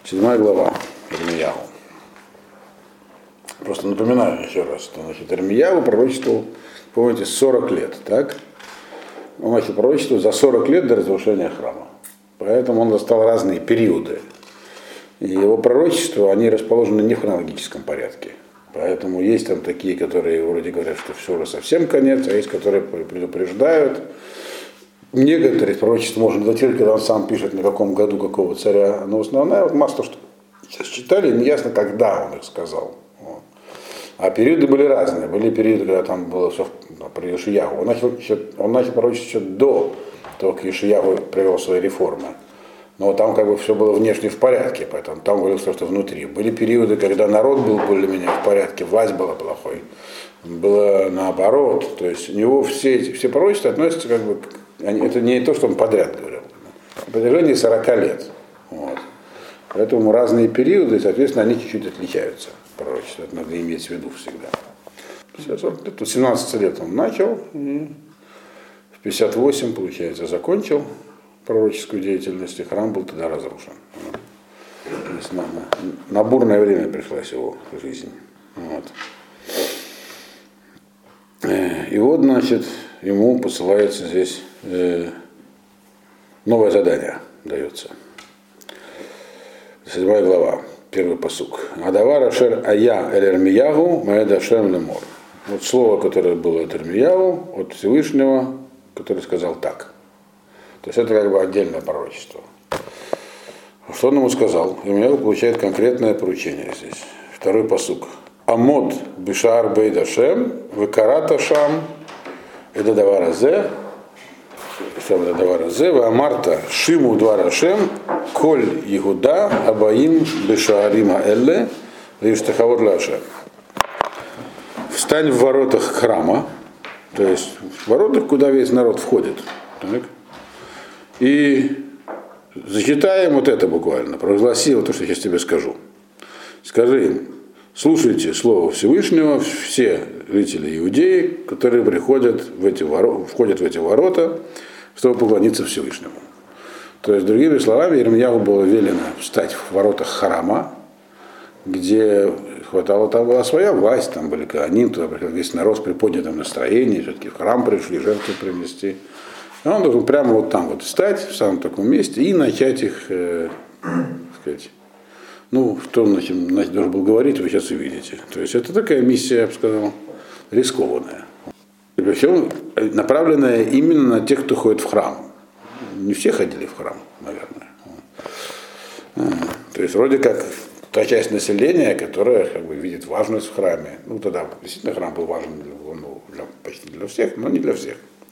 7 глава Ирмияу. Просто напоминаю еще раз, что Ирмияу пророчествовал, помните, 40 лет, так? Он начал пророчествовать за 40 лет до разрушения храма. Поэтому он достал разные периоды. И его пророчества, они расположены не в хронологическом порядке. Поэтому есть там такие, которые вроде говорят, что все уже совсем конец, а есть, которые предупреждают. Некоторые пророчества можно датировать, когда он сам пишет, на каком году какого царя. Но основная вот масса, что сейчас читали, неясно, когда он их сказал. Вот. А периоды были разные. Были периоды, когда там было все про Йошияху. Он начал пророчествовать еще до того, как Йошияху провел свои реформы. Но там как бы все было внешне в порядке, поэтому там говорилось что внутри. Были периоды, когда народ был более-менее в порядке, власть была плохой. Было наоборот. То есть у него все пророчества относятся как бы это не то, что он подряд говорил. На протяжении 40 лет. Вот. Поэтому разные периоды, и, соответственно, они чуть-чуть отличаются. Пророчество. Это надо иметь в виду всегда. 17 лет он начал, и в 58, получается, закончил пророческую деятельность, и храм был тогда разрушен. То есть на бурное время пришлась его жизнь. Вот. И вот, значит, ему посылается здесь новое задание дается. 7 глава, 1 пасук. Адавар ашер ая эль Ирмиягу маэд Ашем лемор. Вот слово, которое было от Ирмиягу, от Всевышнего, который сказал так. То есть это как бы отдельное пророчество. Что он ему сказал? Ирмиягу получает конкретное поручение здесь. 2 пасук. Амод бишар бейд Ашем векарат Ашам это даваразе, Амарта Шиму Дварашем, Коль Игуда, Абаим Бешаарима Элле, Лиштахавод Лашем. Встань в воротах храма, то есть в воротах, куда весь народ входит. Так? И зачитаем вот это буквально, провозгласи вот то, что я сейчас тебе скажу. Скажи им, слушайте слово Всевышнего, все жители Иудеи, которые входят в эти ворота, чтобы поклониться Всевышнему. То есть, другими словами, Ирмияху было велено встать в воротах храма, где хватало, там была своя власть, там были коаним, туда приходил весь народ при поднятом настроении, все-таки в храм пришли, жертву принести. И он должен прямо вот там вот встать, в самом таком месте, и начать их, сказать, что он должен был говорить, вы сейчас увидите. То есть это такая миссия, я бы сказал, рискованная. И причем направленная именно на тех, кто ходит в храм. Не все ходили в храм, наверное. То есть вроде как та часть населения, которая как бы видит важность в храме. Тогда действительно храм был важен почти для всех, но не для всех.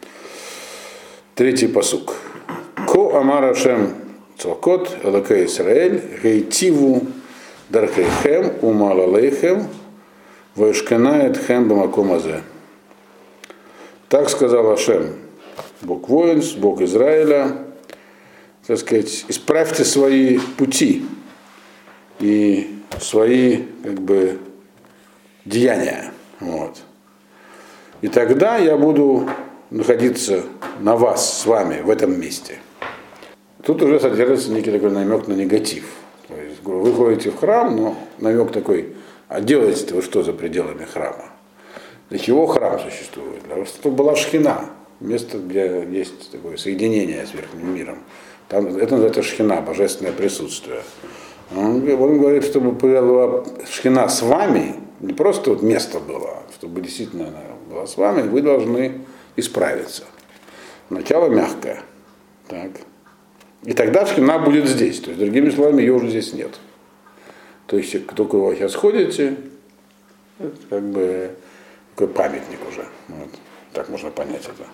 3 пасук. Ко амар Ашем Цвакот, Элокей Исраэль, Гейтиву, Дархейхем, Умалалейхем, Ваишканает Хем Бамакомазе. Так сказал Ашем, Бог воинств, Бог Израиля, так сказать, исправьте свои пути и свои, как бы, деяния. Вот. И тогда я буду находиться на вас, с вами, в этом месте. Тут уже содержится некий такой намек на негатив. То есть вы ходите в храм, но намек такой, а делаете-то вы что за пределами храма? Для чего храм существует? Для того, чтобы была шхина, место, где есть такое соединение с верхним миром. Там, это называется шхина, божественное присутствие. Он говорит, чтобы была шхина с вами, не просто вот место было, чтобы действительно она была с вами, вы должны исправиться. Начало мягкое. Так. И тогда шхина будет здесь. То есть, другими словами, ее уже здесь нет. То есть, как только вы сейчас ходите, это как бы такой памятник уже. Вот. Так можно понять это.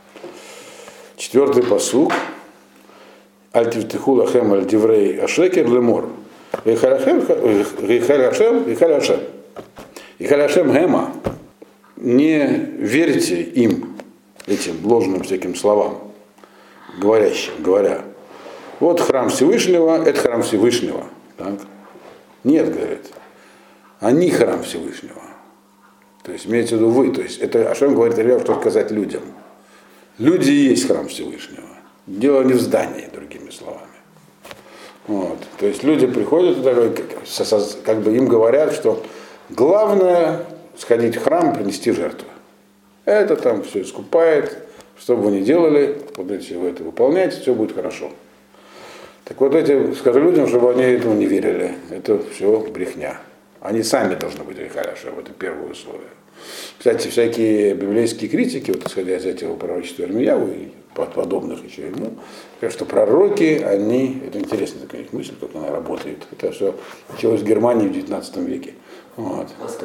4 пасук. Альтивтиху лахем альдиврей ашекер лемор. Ихаляшем гема. Не верьте им, этим ложным всяким словам, говоря, вот храм Всевышнего, это храм Всевышнего. Так? Нет, говорит, они храм Всевышнего. То есть имеется в виду вы. То есть это Ашем говорит, что сказать людям. Люди и есть храм Всевышнего. Дело не в здании, другими словами. Вот. То есть люди приходят туда, как бы им говорят, что главное сходить в храм и принести жертву. Это там все искупает, что бы вы ни делали, вот если вы это выполняете, все будет хорошо. Так вот эти, скажу людям, чтобы они этому не верили. Это все брехня. Они сами должны быть хороши, это первое условие. Кстати, всякие библейские критики, вот исходя из этого пророчества Ирмияу и подобных еще ему, говорят, что пророки, они, это интересная такая их мысль, как она работает. Это все началось в Германии в 19 веке. Вот.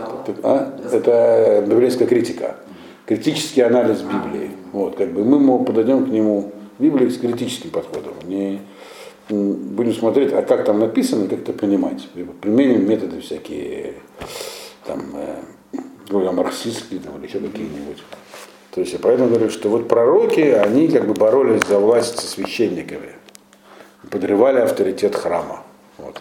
Это библейская критика, критический анализ Библии. Вот, как бы мы подойдем к нему Библии с критическим подходом. Не будем смотреть, а как там написано, как это понимать. Применим методы всякие, там, марксистские там, или еще какие-нибудь. То есть я поэтому говорю, что вот пророки, они как бы боролись за власть со священниками, подрывали авторитет храма. Вот.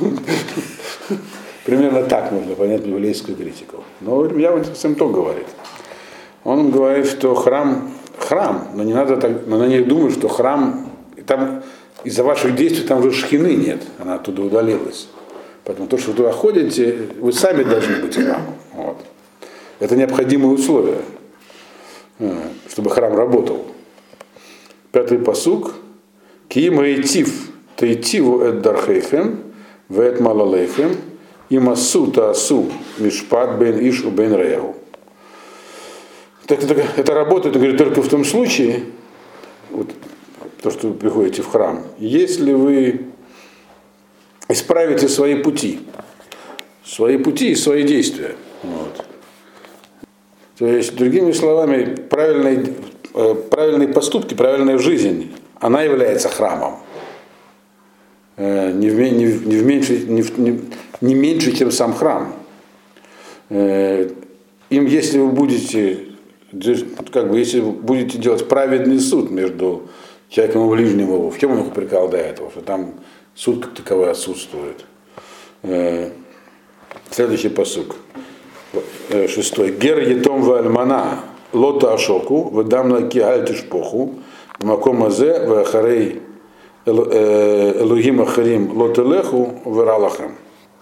Примерно так можно понять библейскую критику. Но Ирмияу совсем то говорит. Он говорит, что храм, но не надо так, но они думают, что храм, там из-за ваших действий там уже шхины нет, она оттуда удалилась. Поэтому то, что вы туда ходите, вы сами должны быть храмом. Вот. Это необходимые условия, чтобы храм работал. 5-й пасук. Киим рейтив тейтиву эд дархейхем, вэд малалейхем, им асу таасу мишпат бен иш у бен реягу. Это работает, говорит, только в том случае, вот, то, что вы приходите в храм, если вы исправите свои пути и свои действия. Вот. То есть, другими словами, правильные поступки, правильная жизнь, она является храмом. Не меньше, чем сам храм. Если вы будете, если вы будете делать праведный суд между человеком и ближним его, в чем он их упрекал до этого, что там суд как таковой отсутствует. Следующий пасук. 6. Гер етом вальмана лота ашоку, выдам на киаль тишпоху, маком азе вахарей элугим ахарим лотелеху выралахам.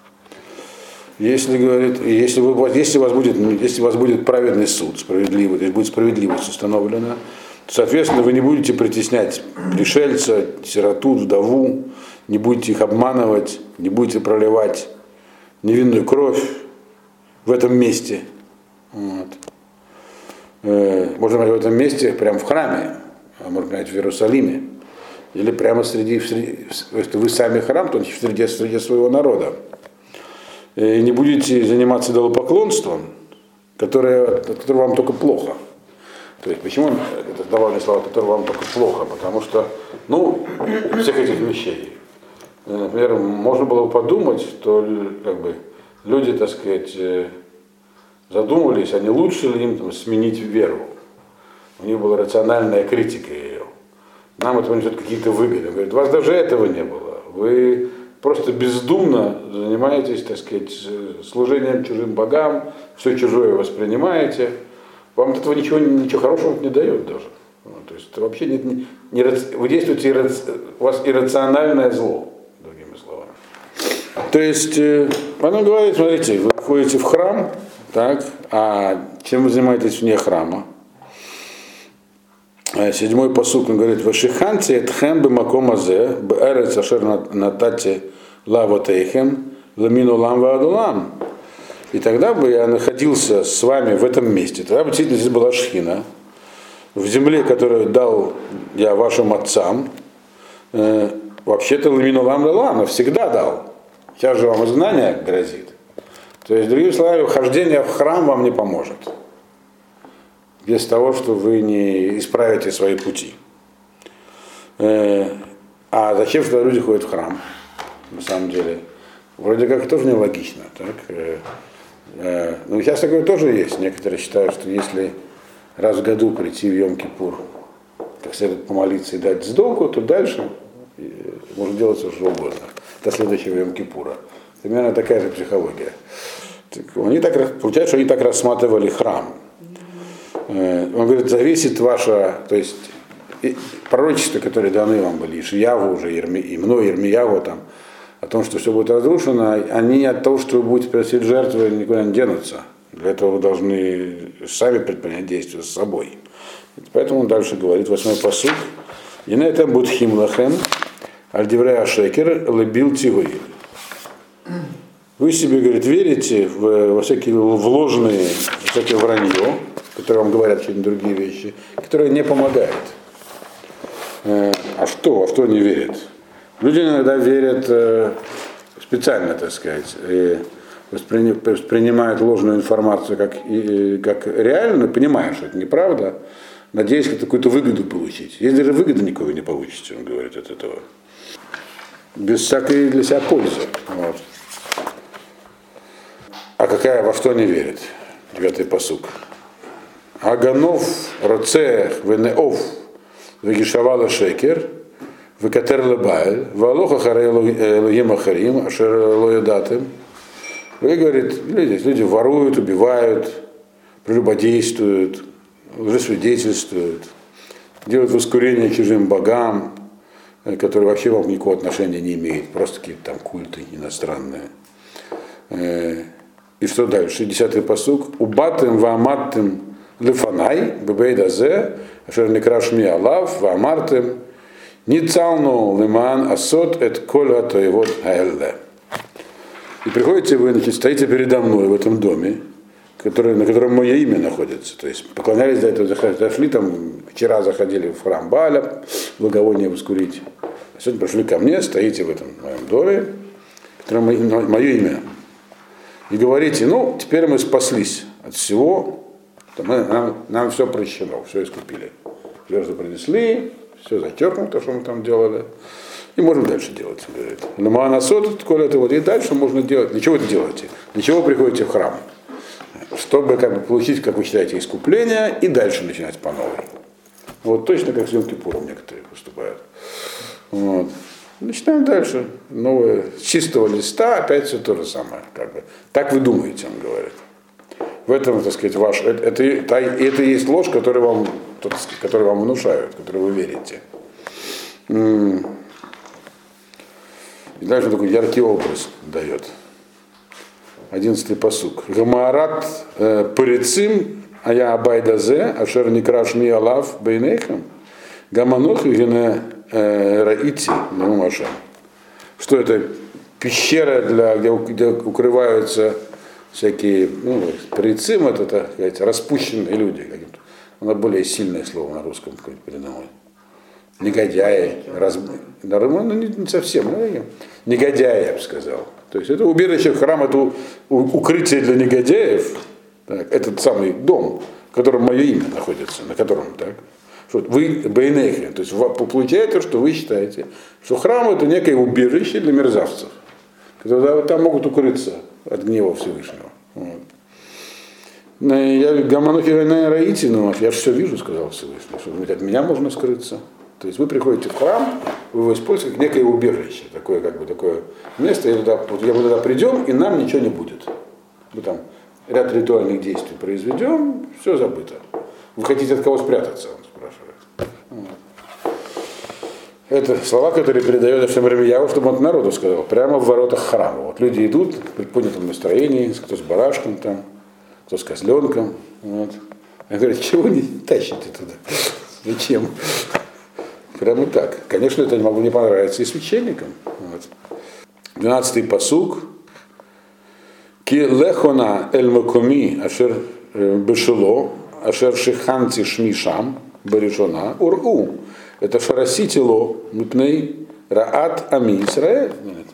Если у вас будет праведный суд, справедливый, то есть будет справедливость установлена, то, соответственно, вы не будете притеснять пришельца, сироту, вдову, не будете их обманывать, не будете проливать невинную кровь в этом месте. Вот. Можно сказать, в этом месте, прямо в храме, а можно сказать, в Иерусалиме, или прямо если вы сами храм, то среди своего народа. И не будете заниматься идолопоклонством, от которого вам только плохо. То есть почему это добавленные слова, которые вам только плохо? Потому что, всех этих вещей. Например, можно было бы подумать, что люди, так сказать, задумывались, а не лучше ли им сменить веру. У них была рациональная критика ее. Нам это несет какие-то выгоды. Говорит, у вас даже этого не было. Вы просто бездумно занимаетесь, так сказать, служением чужим богам, все чужое воспринимаете. Вам от этого ничего хорошего не дает даже. То есть это вообще вы действуете, у вас иррациональное зло, другими словами. То есть, она говорит, смотрите, вы ходите в храм, так, а чем вы занимаетесь вне храма? 7-й пасук, он говорит, «Вашиханти этхем бемаком азе, бээрец ашер натати лавотейхем, ламину лам ваадулам». И тогда бы я находился с вами в этом месте. Тогда бы действительно здесь была шхина. В земле, которую дал я вашим отцам, вообще-то ламину лам лалам, всегда дал. Сейчас же вам изгнание грозит. То есть, другими словами, вхождение в храм вам не поможет. Без того, что вы не исправите свои пути. А зачем что люди ходят в храм? На самом деле. Вроде как тоже нелогично. Так? Но сейчас такое тоже есть. Некоторые считают, что если раз в году прийти в Йом-Кипур, как следует помолиться и дать сдоку, то дальше можно делать все, что угодно. До следующего Йом-Кипура. Примерно такая же психология. Получается, что они так рассматривали храм. Он говорит, зависит ваша, то есть пророчества, которые даны вам были, Ишияву уже, и мной, Ирмияву там, о том, что все будет разрушено, они от того, что вы будете приносить жертвы, никуда не денутся. Для этого вы должны сами предпринять действия с собой. Поэтому он дальше говорит, 8-й пасук. И на этом будет химлахем, альдиврея шекер, лебил тигуи. Вы себе, говорит, верите во всякие вложенные, всякие вранье, которые вам говорят какие-то другие вещи, которые не помогают. А что? Во что они верят? Люди иногда верят специально, так сказать, воспринимают ложную информацию как реальную, понимая, что это неправда, надеясь какую-то выгоду получить. Если даже выгоды никакой не получите, он говорит от этого. Без всякой для себя пользы. Вот. А во что они верят? 9-й пасук. Аганов, роцех, венеов, вегишавала шекер, векатер лебаэль, валоха харей логим ахарим, ашер лоядатым. Вы, говорит, люди воруют, убивают, прелюбодействуют, лжесвидетельствуют, делают воскурение чужим богам, которые вообще вам никакого отношения не имеют, просто какие-то там культы иностранные. И что дальше? 10-й пасук. Убатым вааматтым лефанай, бебейдазе, ашер некрашми алав, ваамартым, ницалну лиман асот эт коля тоевот хаэлле. И приходите вы, значит, стоите передо мной в этом доме, на котором мое имя находится. То есть поклонялись до этого, зашли там, вчера заходили в храм Бааля, благовоние воскурить. А сегодня пришли ко мне, стоите в этом моем доме, в котором мое имя. И говорите, ну, теперь мы спаслись от всего, нам все прощено, все искупили. Жертву принесли, все зачеркнуто, что мы там делали. И можем дальше делать, говорит. И дальше можно делать. Для чего вы это делаете? Для чего вы приходите в храм? Чтобы получить, как вы считаете, искупление и дальше начинать по новой. Вот точно как с Йом-Кипуром некоторые поступают. Вот. Начинаем дальше. Новое, с чистого листа, опять все то же самое. Так вы думаете, он говорит. В этом, так сказать, это и есть ложь, которую вам внушают, которую вы верите. И дальше такой яркий образ дает. 11-й пасук. Гамаарат парицим, а я абайдазе, ашер некраш ми алав бейнейхам, гаманух и гене раити намумашем. Что это? Пещера, где укрываются всякие, парицим, это, так сказать, распущенные люди. Оно более сильное слово на русском передо негодяи, не совсем, негодяи, я бы сказал. То есть это убежище, храм, это укрытие для негодяев, так, этот самый дом, в котором мое имя находится, на котором, так, что вы бейнейхи, то есть получается, что вы считаете, что храм это некое убежище для мерзавцев, которые там могут укрыться от гнева Всевышнего. Вот. Я гаманухи раити, я все вижу, сказал Всевышний, что от меня можно скрыться. То есть вы приходите в храм, вы его используете как некое убежище, такое место, мы туда придем, и нам ничего не будет. Мы там ряд ритуальных действий произведем, все забыто. Вы хотите от кого спрятаться, он спрашивает. Это слова, которые передает всем Ирмияу, чтобы он народу сказал, прямо в воротах храма. Вот люди идут при поднятом настроении, кто с барашком там, кто с козленком. Вот. Я говорю, чего не тащите туда? Зачем? Прямо так. Конечно, это не могло не понравиться и священникам. Вот. 12-й пасук. Ки лехона эль макуми ашер бешело, ашер шиханти шмишам баришона уру. Это шараситило мутней раат ами Исраэль.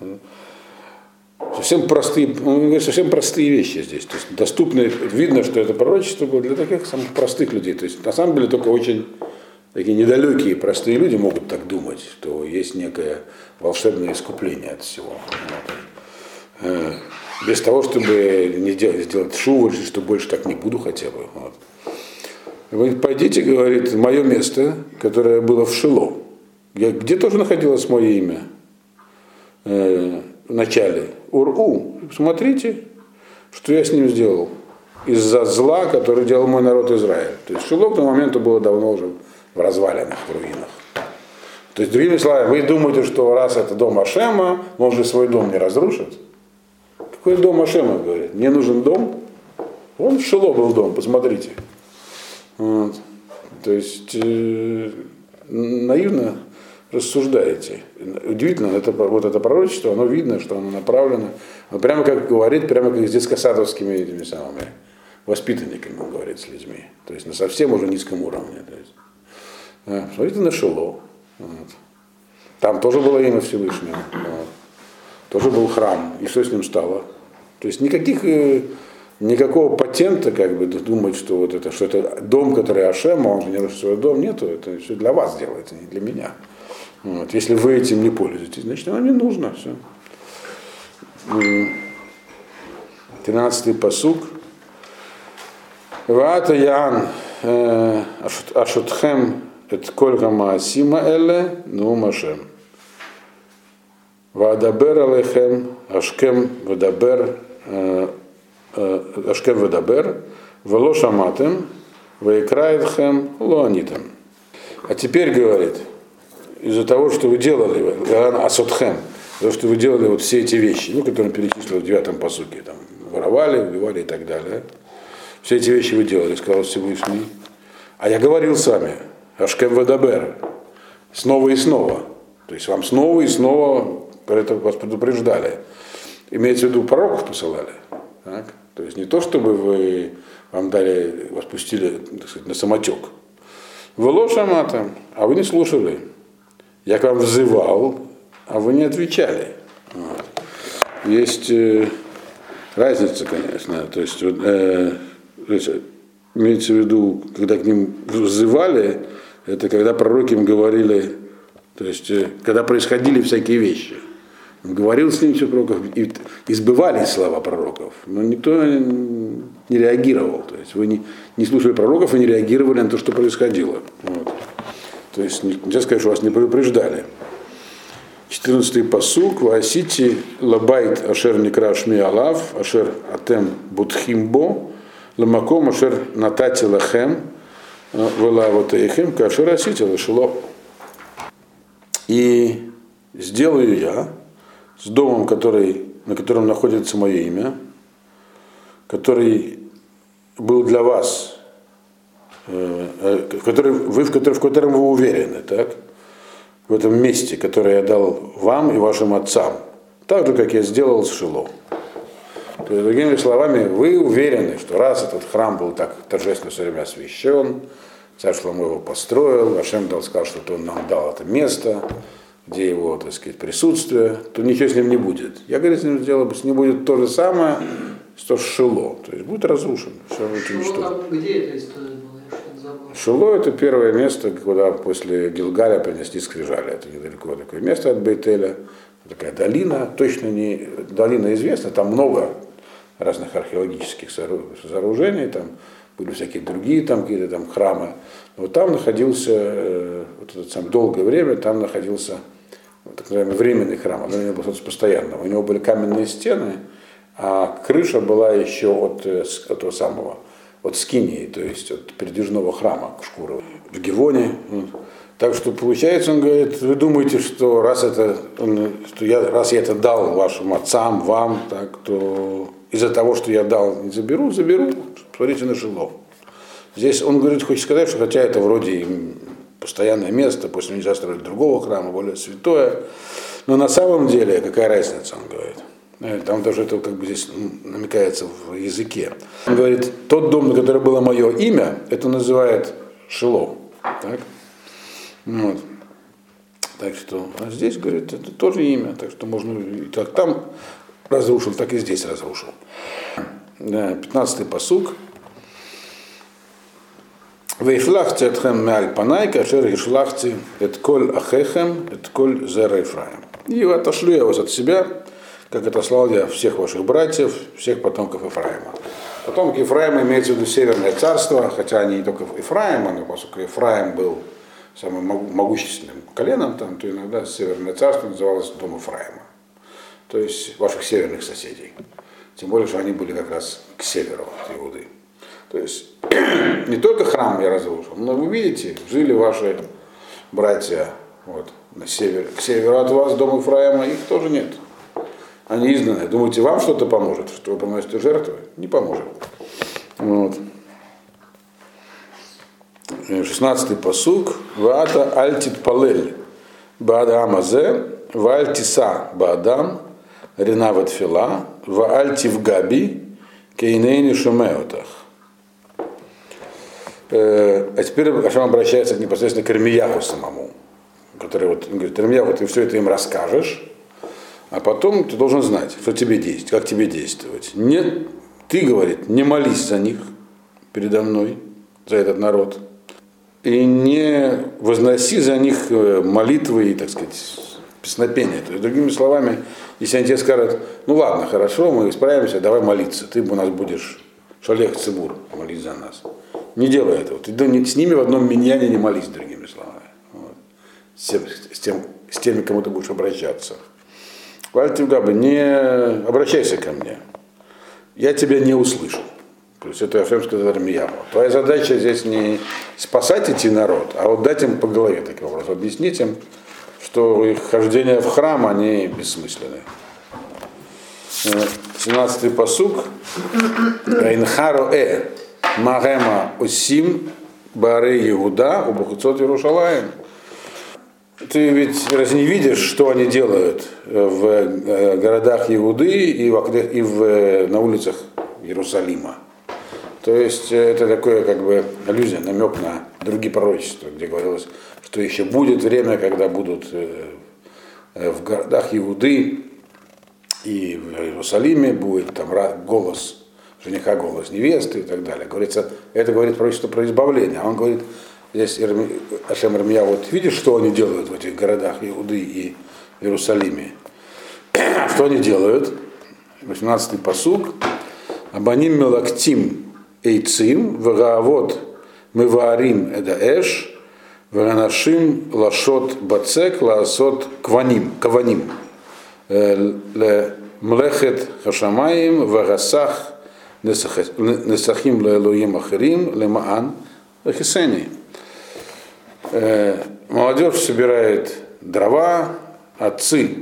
Совсем простые вещи здесь. То есть доступны, видно, что это пророчество было для таких самых простых людей. То есть на самом деле только очень такие недалекие, простые люди могут так думать, что есть некое волшебное искупление от всего. Без того, чтобы не сделать шуву, что больше так не буду хотя бы. Вот. Вы пойдите, говорит, в мое место, которое было в Шило, где тоже находилось мое имя в начале. Ур-У. Смотрите, что я с ним сделал. Из-за зла, который делал мой народ Израиль. То есть Шило к тому моменту было давно уже в развалинах, в руинах. То есть, другими словами, вы думаете, что раз это дом Ашема, он же свой дом не разрушит? Какой дом Ашема, говорит? Мне нужен дом? Вон в Шило был дом, посмотрите. Вот. То есть, наивно рассуждаете. Удивительно, вот это пророчество, оно видно, что оно направлено, прямо как говорит, прямо как с детско-садовскими этими самыми воспитанниками он говорит с людьми. То есть на совсем уже низком уровне. То есть, смотрите на Шило. Вот. Там тоже было имя Всевышнего. Вот. Тоже был храм. И что с ним стало? То есть никакого патента, как бы, думать, что вот это, что это дом, который Ашем, а он же не рушит свой дом, нету. Это все для вас делается, не для меня. Вот. Если вы этим не пользуетесь, значит, оно не нужно. Все. 13-й пасук. Ваата Яан Ашутхем эт кольга маасима эле нуум Ашем. Ваадабер алейхем Ашкем вадабер вело шаматем ваикраетхем ло анитем. А теперь говорит, из-за того, что вы делали, асотхем, из-за того, что вы делали вот все эти вещи, которые он перечислил в 9-м пасуке, там, воровали, убивали и так далее. Все эти вещи вы делали, сказал Всевышний. А я говорил с вами, Ашкем Вадабер, снова и снова. То есть вам снова и снова про это вас предупреждали. Имеется в виду, пророков посылали. Так? То есть не то, чтобы вам дали, вас пустили, так сказать, на самотек. Вело шамата, а вы не слушали. Я к вам взывал, а вы не отвечали. Вот. Есть разница, конечно. То есть имеется в виду, когда к ним взывали, это когда пророки им говорили, то есть когда происходили всякие вещи. Он говорил с ними все пророков, и сбывались слова пророков, но никто не реагировал. То есть вы не слушали пророков и не реагировали на то, что происходило. Вот. То есть нельзя сказать, что вас не предупреждали. 14-й пасук. Ваасити лабайт ашер никра шми алав, ашер атем будхимбо, ламаком ашер натати лахем, велавотейхем, кашер асити лашило. И сделаю я с домом, на котором находится мое имя, который был для вас, в котором вы уверены, так? В этом месте, которое я дал вам и вашим отцам, так же, как я сделал с Шило. То есть, другими словами, вы уверены, что раз этот храм был так торжественно все время освящен, царь Шломо его построил, Ашем сказал, что он нам дал это место, где его, так сказать, присутствие, то ничего с ним не будет. Я, говорю, с ним будет то же самое, что с Шило. То есть будет разрушен. Все Шило, где эта история была? Шило — это первое место, куда после Гилгаля принесли скрижали. Это недалеко такое место от Бейтеля. Такая долина, точно не... Долина известна, там много разных археологических сооружений, там были всякие другие там какие-то там храмы. Но там находился, вот это самое долгое время, там находился так называемый временный храм, он не был постоянного. У него были каменные стены, а крыша была еще от того самого, от скинии, то есть от передвижного храма Шкура в Гивоне. Так что получается, он говорит, вы думаете, что раз я это дал вашим отцам, вам, так, то из-за того, что я дал, не заберу, смотрите на Шило. Здесь он говорит, хочет сказать, что хотя это вроде постоянное место, после нельзя строить другого храма, более святое, но на самом деле какая разница, он говорит. Там даже это как бы здесь намекается в языке. Он говорит, тот дом, на который было мое имя, это называет Шило. Так? Вот. Так что, а здесь, говорит, это тоже имя, так что можно, как там разрушил, так и здесь разрушил. 15-й пасук. Вейшлахти этхем меаль панай, кашер ишлахти эт коль ахехем, эт коль зера Ефраим. И отошлю я вас от себя, как отослал я всех ваших братьев, всех потомков Ефраима. Потомки Ефраима имеется в виду Северное царство, хотя они не только Ефраима, но поскольку Ефраим был самым могущественным коленом, там, то иногда Северное царство называлось Дом Ефраима. То есть ваших северных соседей. Тем более, что они были как раз к северу от Иуды. То есть не только храм я разрушил, но вы видите, жили ваши братья вот, на севере, к северу от вас, дом Ифраима, их тоже нет. Они изгнаны. Думаете, вам что-то поможет, что вы приносите жертвы? Не поможет. Вот. 16-й пасук. Ваата альтит палель баадам азе, ваальтиса баадам, ринават фила, ваальтив габи, кейнейни шумеотах. А теперь Ашем обращается непосредственно к Ирмияху самому, который вот, он говорит: Ирмияху, ты все это им расскажешь, а потом ты должен знать, что тебе действовать, как тебе действовать. Нет, ты, говорит, не молись за них передо мной, за этот народ, и не возноси за них молитвы и, так сказать, песнопения. То есть, другими словами, если они тебе скажут: ну ладно, хорошо, мы справимся, давай молиться, ты у нас будешь шалех цибур, молись за нас. Не делай этого. Ты с ними в одном миньяне не молись, другими словами. Вот. С теми, к кому ты будешь обращаться. Вальтивгаба, не обращайся ко мне. Я тебя не услышу. То есть это Ашем сказал Ирмияху. Твоя задача здесь не спасать идти народ, а вот дать им по голове таким образом. Объяснить им, что их хождение в храм, они бессмысленны. 17-й пасук. Рейнхаро Магема Усим Бары Иуда Убухуцот Иерушалаем. Ты ведь разве не видишь, что они делают в городах Иуды и на улицах Иерусалима? То есть это такое как бы аллюзия, намек на другие пророчества, где говорилось, что еще будет время, когда будут в городах Иуды и в Иерусалиме будет там голос жениха, голос невесты и так далее. Говорится, это говорит пророчество про избавление. А он говорит, здесь Ашем Ирмияху, вот видишь, что они делают в этих городах Иуды и Иерусалиме? Что они делают? 18-й пасук. Абаним мелактим эйцим, вегаавот меваарим эдаэш, веганашим лашот бацек, лаасот каваним, млехет хашамаим, вегасах Несахим леэлоим ахирим лемаан лехисени. Молодежь собирает дрова, отцы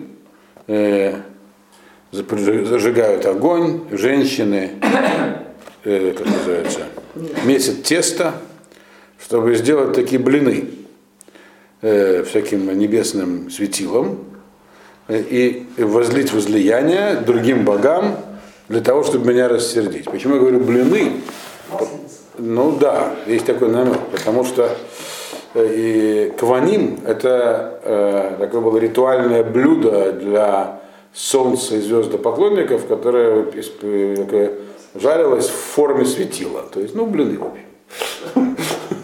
зажигают огонь, женщины, как называется, месят тесто, чтобы сделать такие блины всяким небесным светилом и возлить возлияние другим богам, для того, чтобы меня рассердить. Почему я говорю блины? Ну да, есть такой намек, потому что каваним это такое было ритуальное блюдо для солнца и звездопоклонников, которое жарилось в форме светила. То есть, блины, в общем.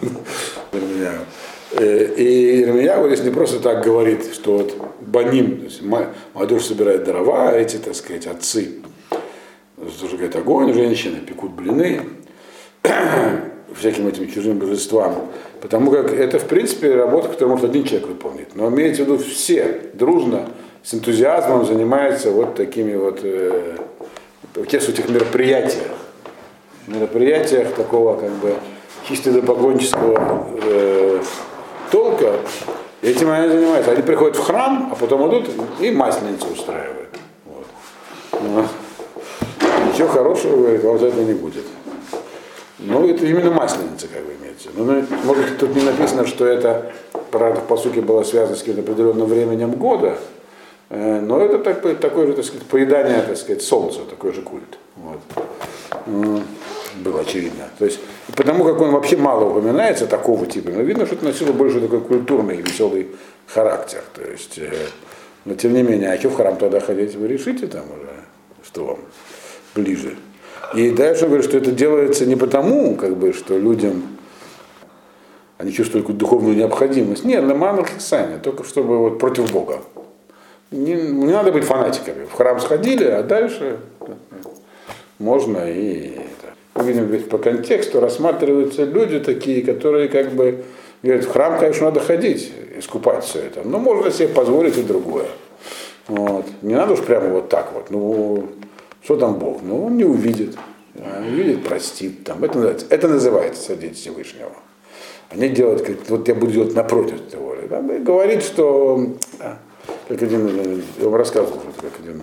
И Ирмияху здесь не просто так говорит, что вот баним, то есть молодежь собирает дрова, а эти, так сказать, отцы зажигают огонь, женщины пекут блины всяким этим чужим божествам. Потому как это, в принципе, работа, которую может один человек выполнить. Но имеется в виду, все дружно, с энтузиазмом занимаются вот такими вот этих мероприятиях. Мероприятиях такого как бы чисто допоклоннического толка. Этим они занимаются. Они приходят в храм, а потом идут и масленицу устраивают. Вот. Ничего хорошего, говорит, вам за это не будет. Это именно масленица, как бы имеется. Может, тут не написано, что это, правда, по сути, было связано с каким-то определенным временем года, но это такое же, так сказать, поедание, так сказать, солнца, такой же культ. Вот. Было очевидно. То есть, потому как он вообще мало упоминается такого типа, но видно, что это носило больше такой культурный, веселый характер. То есть, но тем не менее, а что в храм тогда ходить, вы решите там уже, что вам ближе. И дальше говорит, что это делается не потому, как бы, что людям они чувствуют какую-то духовную необходимость. Нет, леман хисани, только чтобы вот против Бога. Не надо быть фанатиками. В храм сходили, а дальше можно и это. Видим, ведь по контексту рассматриваются люди такие, которые как бы говорят, в храм, конечно, надо ходить, искупать все это, но можно себе позволить и другое. Вот. Не надо уж прямо вот так вот. Что там Бог? Он не увидит. Увидит, простит. Там. Это называется сердить Всевышнего. Они делают, как, вот я буду делать напротив этой воли. Да? И говорит, что, как один, я вам рассказывал, как один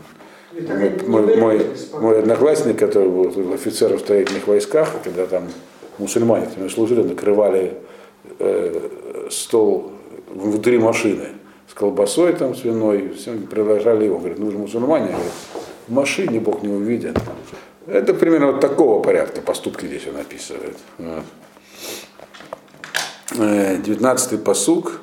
мой одноклассник, который был офицером в строительных войсках, когда там мусульмане служили, накрывали стол внутри машины с колбасой там свиной, все приглашали его, говорит, ну вы же мусульмане, говорит, в машине Бог не увидит. Это примерно вот такого порядка поступки здесь он описывает. 19-й пасук.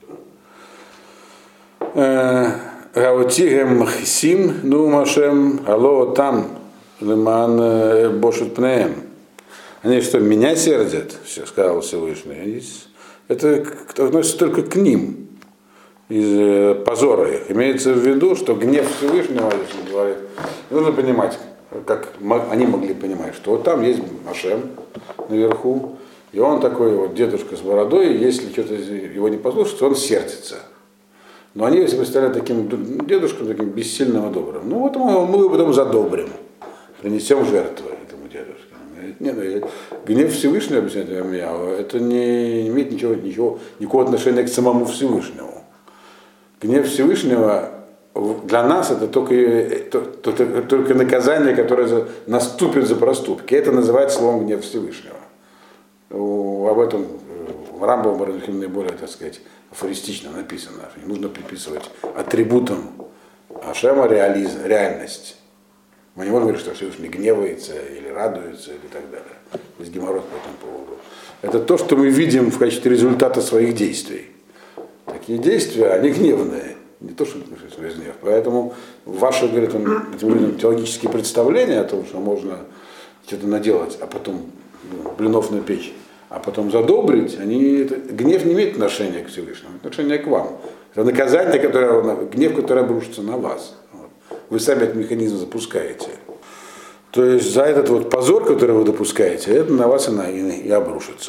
Гаутигем махисим ну машем алло там лиман бошут пнеем. Они что, меня сердят? Все, сказал Всевышний. Это относится только к ним, из позора их. Имеется в виду, что гнев Всевышнего, если он говорит, нужно понимать, как они могли понимать, что вот там есть Ашем наверху, и он такой вот дедушка с бородой, если что-то его не послушать, то он сердится. Но они себе представляют таким дедушкой, таким бессильным и добрым. Ну вот мы его потом задобрим, принесем жертву этому дедушке. Нет, гнев Всевышнего, объясняет меня, это не имеет никакого отношения к самому Всевышнему. Гнев Всевышнего для нас это только наказание, которое наступит за проступки. Это называется словом гнев Всевышнего. Об этом в Рамбам Баранхим наиболее, так сказать, афористично написано. Не нужно приписывать атрибутам Ашема реальность. Мы не можем говорить, что Всевышний гневается или радуется и так далее. Есть геморрой по этому поводу. Это то, что мы видим в качестве результата своих действий. Такие действия, они гневные. Не то, что через гнев. Поэтому ваши, говорит он, этим людям теологические представления о том, что можно что-то наделать, а потом блинов напечь, а потом задобрить, гнев не имеет отношения к Всевышнему, отношение к вам. Это наказание, гнев, который обрушится на вас. Вы сами этот механизм запускаете. То есть за этот вот позор, который вы допускаете, это на вас и обрушится.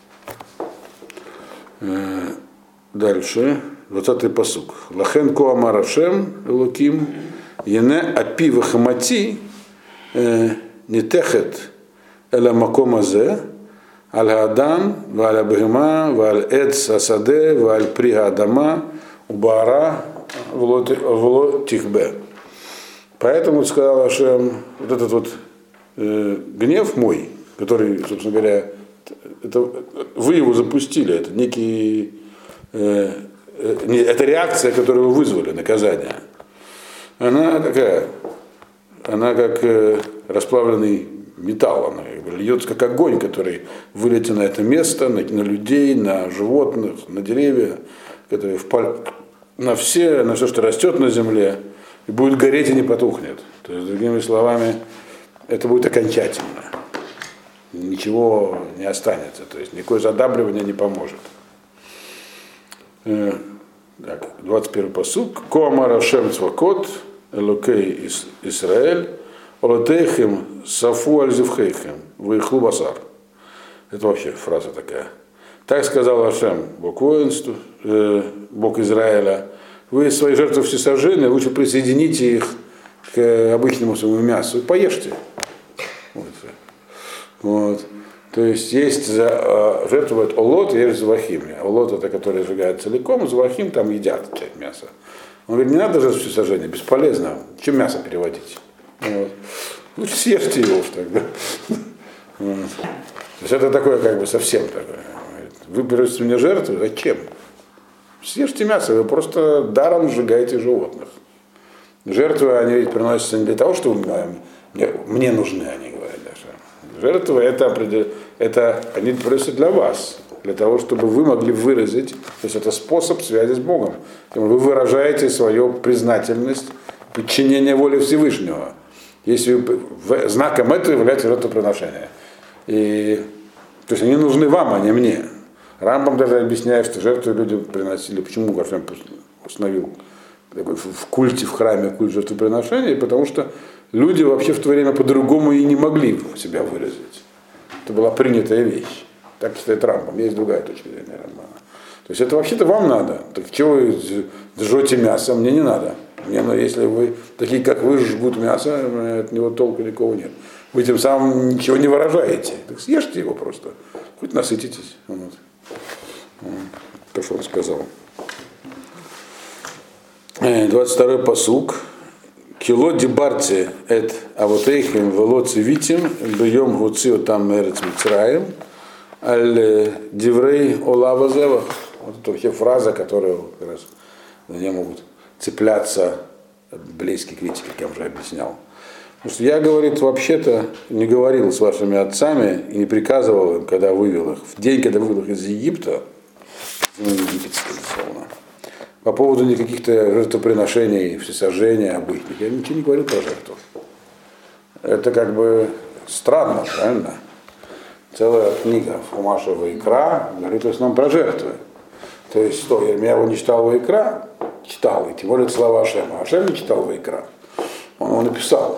Дальше, 20-й пасук. Лахен ко амар Ашем элоким ене апи вахамати нетехет эла маком азе аль адам валь абгема валь эц асаде валь при адама убара вло тихбе. Поэтому сказал Ашем, вот этот вот гнев мой, который, собственно говоря, вы его запустили, это некий, это реакция, которую вы вызвали, наказание. Она такая, она как расплавленный металл, она льется как огонь, который вылетит на это место, на людей, на животных, на деревья, которые на все, что растет на земле, и будет гореть и не потухнет. То есть, другими словами, это будет окончательно. Ничего не останется. То есть никакое задабривание не поможет. Так, 21 пасук. Коамар Ашем Цвакот, Элокей Исраэль, Олотейхем Сафу Альзевхейхем, Вейхлу Басар. Это вообще фраза такая. Так сказал Ашем, Бог воинств, Бог Израиля, вы свои жертвы всесожжения лучше присоедините их к обычному своему мясу и поешьте. Вот. То есть жертвуют олот и есть завахим. Олот это который сжигают целиком, завахим там едят часть мяса. Он говорит, не надо жертву всесожжения, бесполезно. Чем мясо переводить? Вот. Лучше съешьте его уж тогда. Вот. То есть это такое как бы совсем такое. Вы берете мне жертву, зачем? Съешьте мясо, вы просто даром сжигаете животных. Жертвы, они ведь приносятся не для того, чтобы мне нужны, они говорят. Жертвы это они приносят для вас, для того, чтобы вы могли выразить, то есть это способ связи с Богом. Вы выражаете свою признательность, подчинение воле Всевышнего. Если знаком этого является жертвоприношение. То есть они нужны вам, а не мне. Рамбам даже объясняет, что жертвы люди приносили. Почему Господь установил такой в культе, в храме культ жертвоприношения? Потому что люди вообще в то время по-другому и не могли себя выразить. Это была принятая вещь. Так считает Рамбам. Есть другая точка зрения Рамбама. То есть это вообще-то вам надо. Так чего вы жжете мясо? Мне не надо. Не, но если вы, такие как вы, жгут мясо, от него толку никого нет. Вы тем самым ничего не выражаете. Так съешьте его просто. Хоть насытитесь. Вот. То, что он сказал. 22-й пасук. Кило дибарте эт авотейхем вело цивитим бьем гуцио там эрец мицраем аль диврей олава зевах. Вот это вообще фраза, которая как раз на нее могут цепляться близкие критики, как я уже объяснял. Потому что я, говорит, вообще-то не говорил с вашими отцами и не приказывал им, когда вывел их, в день, когда вывел их из Египта, египетского, безусловно, по поводу никаких-то жертвоприношений, всесожжения обычных. Я ничего не говорил про жертву. Это как бы странно, правильно? Целая книга Хумаша Ваикра говорит в основном про жертвы. То есть, что, Ирмияу не читал Ваикра? Читал, и тем более слова Ашема. Ашем не читал Ваикра. Он его написал.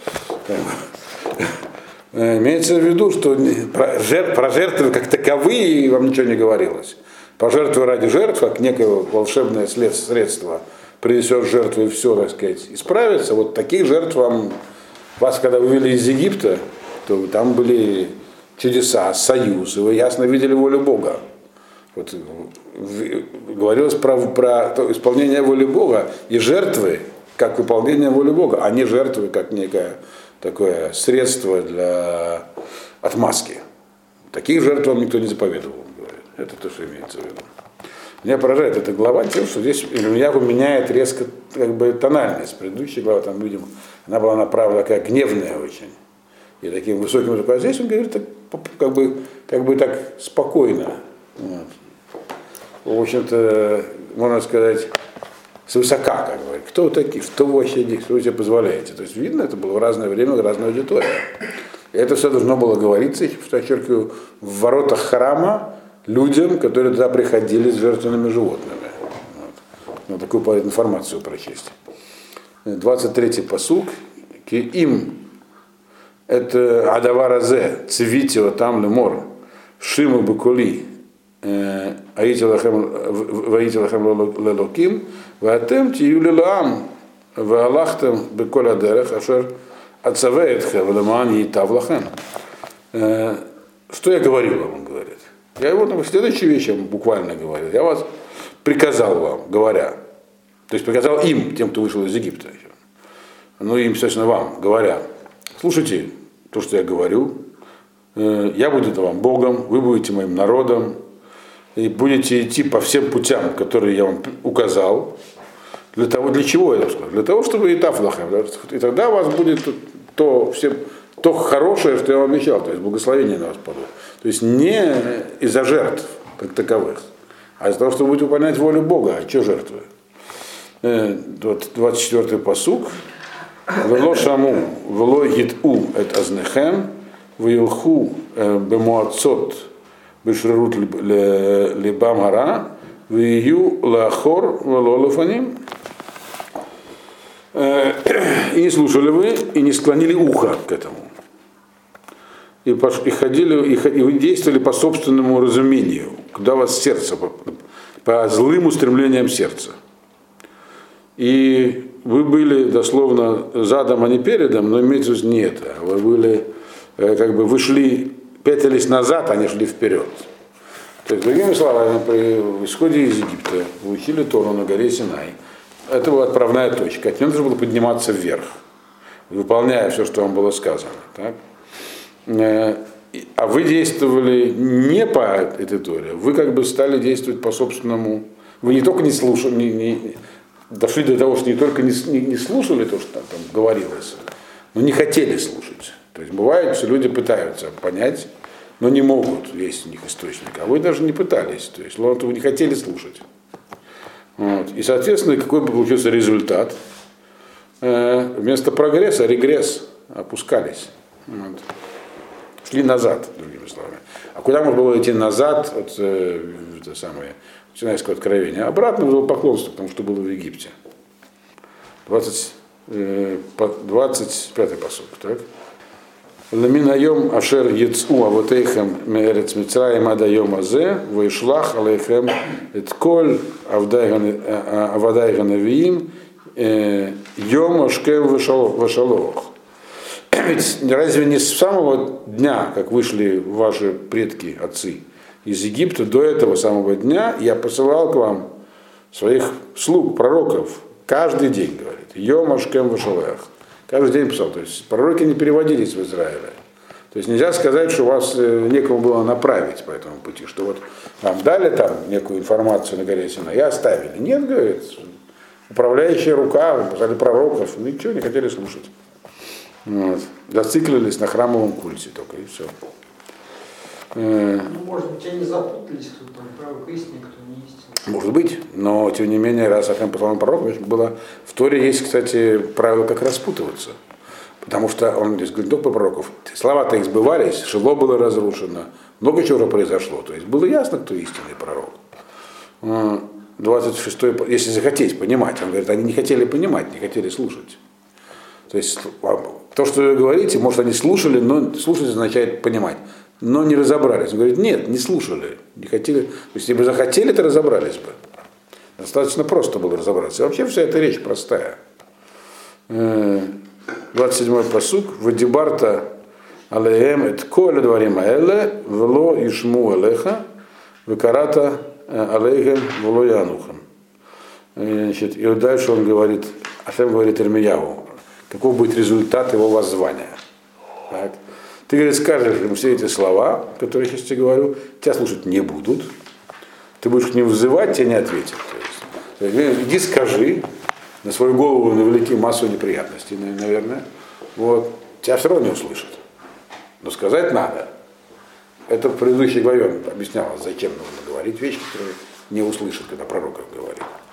Имеется в виду, что про жертвы как таковые вам ничего не говорилось. Про жертвы ради жертв, как некое волшебное средство, принесет жертву и все, так сказать, исправится. Вот таких жертв вас, когда вывели из Египта, то там были чудеса, союз, и вы ясно видели волю Бога. Вот, говорилось про исполнение воли Бога и жертвы, как выполнение воли Бога, а не жертвы, как некое такое средство для отмазки. Таких жертв вам никто не заповедовал, говорит. Это то, что имеется в виду. Меня поражает эта глава тем, что здесь Ирмияу меняет резко как бы тональность. Предыдущая глава, там, видимо, она была направлена такая гневная очень. И таким высоким языком. А здесь он говорит так, как бы так спокойно. Вот. В общем-то, можно сказать, свысока, как говорит. Кто вы такие, что вы вообще здесь, что вы себе позволяете? То есть видно, это было в разное время, разная аудитория. И это все должно было говориться, подчеркиваю, в воротах храма людям, которые туда приходили с жертвенными животными. Вот. Ну, такую информацию прочесть. 23-й пасук. Им это Адаваразе, Цивитио там лемор, Шиму Бакули, Аитилахем Лелоким, Ватем Тиюлилам, Валахтем Беколя Дерех, Ашер Ацавеетхе, Валеман и Тавлахем. Что я говорил вам, он говорит. Я его следующую вещь буквально говорил. Я вас приказал вам, говоря. То есть приказал им, тем, кто вышел из Египта. Ну и им, естественно, вам, говоря. Слушайте то, что я говорю. Я буду вам Богом, вы будете моим народом. И будете идти по всем путям, которые я вам указал. Для чего я сказал? Для того, чтобы и тафлахем. И тогда у вас будет то хорошее, что я вам обещал, то есть благословение на вас падает. То есть не из-за жертв как таковых, а из-за того, чтобы будете выполнять волю Бога. А что жертвы? 24-й пасук. Вело шаму, вело гиту эт азнехем, вилху бемуацот бешрут либам гара, вию лахор вело лафаним. И не слушали вы, и не склонили ухо к этому. И ходили, и вы действовали по собственному разумению, куда у вас сердце, по злым устремлениям сердца. И вы были дословно задом, а не передом, но имеется в виду не это. Вы были, как бы, вы шли, пятились назад, а не шли вперед. То есть, другими словами, при исходе из Египта вы учили Тору на горе Синай. Это была отправная точка. От нее нужно было подниматься вверх, выполняя все, что вам было сказано. Так? А вы действовали не по этой Торе, вы как бы стали действовать по собственному. Вы не только не слушали, дошли до того, что не только не слушали то, что там говорилось, но не хотели слушать. То есть бывает, что люди пытаются понять, но не могут, есть у них источник, а вы даже не пытались, то есть вы не хотели слушать. Вот. И, соответственно, какой бы получился результат? Вместо прогресса регресс, опускались. Вот. Шли назад, другими словами. А куда можно было идти назад, вот, это самое, Синайского откровения? Обратно было поклонство, потому что было в Египте. 25-й пасук, так? Ламинайом ашер яцу авотейхем меэрец мицраим адайом азе вейшлах алейхем эт коль авадай ганавиим Йом Ашкем Вашалох. Ведь разве не с самого дня, как вышли ваши предки, отцы, из Египта, до этого самого дня я посылал к вам своих слуг, пророков, каждый день, говорит. Йом Ашкем Вашалох. Каждый день писал. То есть пророки не переводились в Израиле. То есть нельзя сказать, что вас некому было направить по этому пути, что вот вам дали там некую информацию на горе Синай и оставили. Нет, говорит, управляющая рука, послали пророков, ничего не хотели слушать. Вот. Зациклились на храмовом культе только, и все. Ну, может быть, они запутались, кто там пророк истинный, кто не истинный. Может быть, но тем не менее, раз Ашем послал пророков, было в Торе есть, кстати, правило, как распутываться. Потому что он здесь говорит, только пророков, слова-то их сбывались, Шило было разрушено, много чего произошло. То есть было ясно, кто истинный пророк. 26-й, если захотеть понимать, он говорит, они не хотели понимать, не хотели слушать. То есть то, что вы говорите, может, они слушали, но слушать означает понимать, но не разобрались. Он говорит, нет, не слушали, не хотели. То есть, если бы захотели, то разобрались бы. Достаточно просто было разобраться. И вообще вся эта речь простая. 27-й пасук. Вадибарта алеем эт коле дворим аэле, вело ишму элеха, векарата алейхем вело янухам. Значит, и дальше он говорит, Ашем говорит Ирмияву, каков будет результат его воззвания. Так. Ты, говорит, скажешь им все эти слова, которые я сейчас тебе говорю, тебя слушать не будут. Ты будешь к ним вызывать, тебе не ответят. То есть, иди скажи, на свою голову навлеки массу неприятностей, наверное. Вот. Тебя все равно не услышат. Но сказать надо. Это в предыдущей главе он объяснял, зачем нужно говорить вещи, которые не услышат, когда пророков говорит.